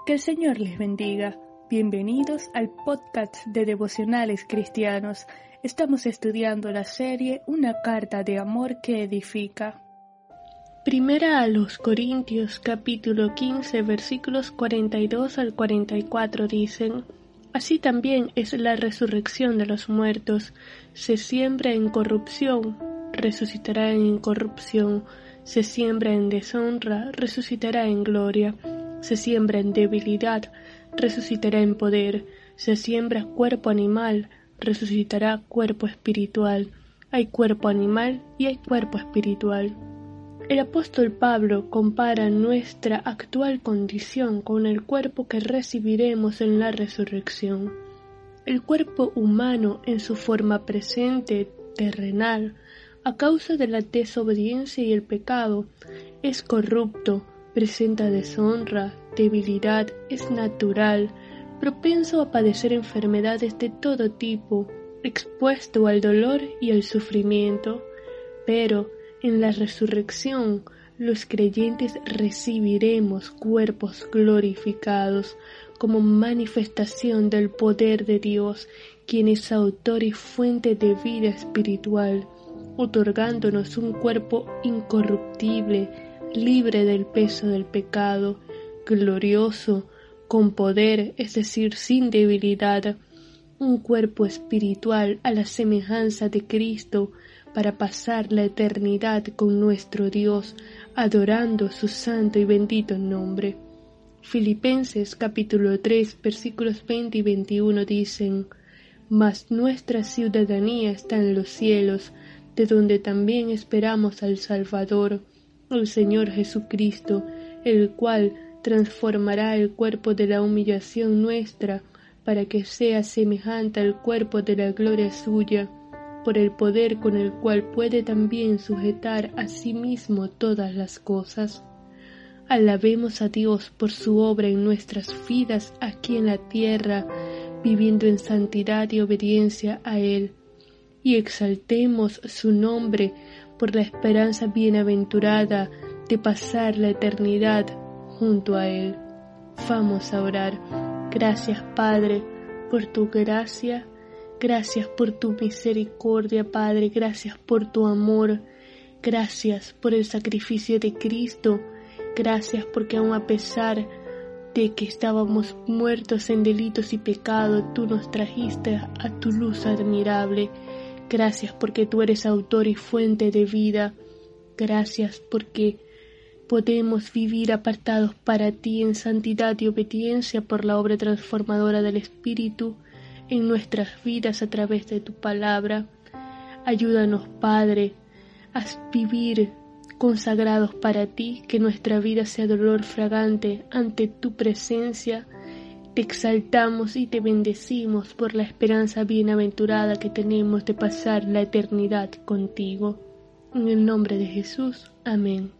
Que el Señor les bendiga. Bienvenidos al podcast de Devocionales Cristianos. Estamos estudiando la serie Una carta de amor que edifica. Primera a los Corintios, capítulo 15, versículos 42 al 44 dicen: Así también es la resurrección de los muertos. Se siembra en corrupción, resucitará en incorrupción. Se siembra en deshonra, resucitará en gloria. Se siembra en debilidad, resucitará en poder. Se siembra cuerpo animal, resucitará cuerpo espiritual. Hay cuerpo animal y hay cuerpo espiritual. El apóstol Pablo compara nuestra actual condición con el cuerpo que recibiremos en la resurrección. El cuerpo humano en su forma presente, terrenal, a causa de la desobediencia y el pecado, es corrupto, presenta deshonra, debilidad, es natural, propenso a padecer enfermedades de todo tipo, expuesto al dolor y al sufrimiento. Pero en la resurrección, los creyentes recibiremos cuerpos glorificados como manifestación del poder de Dios, quien es autor y fuente de vida espiritual, otorgándonos un cuerpo incorruptible, libre del peso del pecado, glorioso, con poder, es decir, sin debilidad, un cuerpo espiritual a la semejanza de Cristo, para pasar la eternidad con nuestro Dios, adorando su santo y bendito nombre. Filipenses capítulo 3, versículos 20 y 21 dicen: Mas nuestra ciudadanía está en los cielos, de donde también esperamos al Salvador, el Señor Jesucristo, el cual transformará el cuerpo de la humillación nuestra, para que sea semejante al cuerpo de la gloria suya, por el poder con el cual puede también sujetar a sí mismo todas las cosas. Alabemos a Dios por su obra en nuestras vidas aquí en la tierra, viviendo en santidad y obediencia a Él, y exaltemos su nombre por la esperanza bienaventurada de pasar la eternidad junto a Él. Vamos a orar. Gracias, Padre, por tu gracia. Gracias por tu misericordia, Padre. Gracias por tu amor. Gracias por el sacrificio de Cristo. Gracias porque aun a pesar de que estábamos muertos en delitos y pecados, tú nos trajiste a tu luz admirable. Gracias porque tú eres autor y fuente de vida. Gracias porque podemos vivir apartados para ti en santidad y obediencia por la obra transformadora del Espíritu en nuestras vidas a través de tu palabra. Ayúdanos, Padre, a vivir consagrados para ti, que nuestra vida sea dolor fragante ante tu presencia. Te exaltamos y te bendecimos por la esperanza bienaventurada que tenemos de pasar la eternidad contigo. En el nombre de Jesús. Amén.